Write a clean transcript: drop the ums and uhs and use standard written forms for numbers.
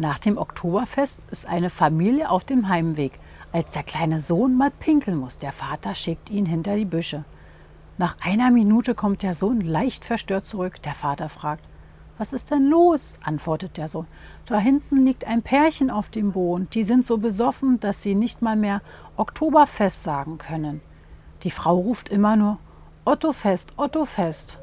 Nach dem Oktoberfest ist eine Familie auf dem Heimweg, als der kleine Sohn mal pinkeln muss. Der Vater schickt ihn hinter die Büsche. Nach einer Minute kommt der Sohn leicht verstört zurück. Der Vater fragt: Was ist denn los? Antwortet der Sohn: Da hinten liegt ein Pärchen auf dem Boden. Die sind so besoffen, dass sie nicht mal mehr Oktoberfest sagen können. Die Frau ruft immer nur: Ottofest, Ottofest.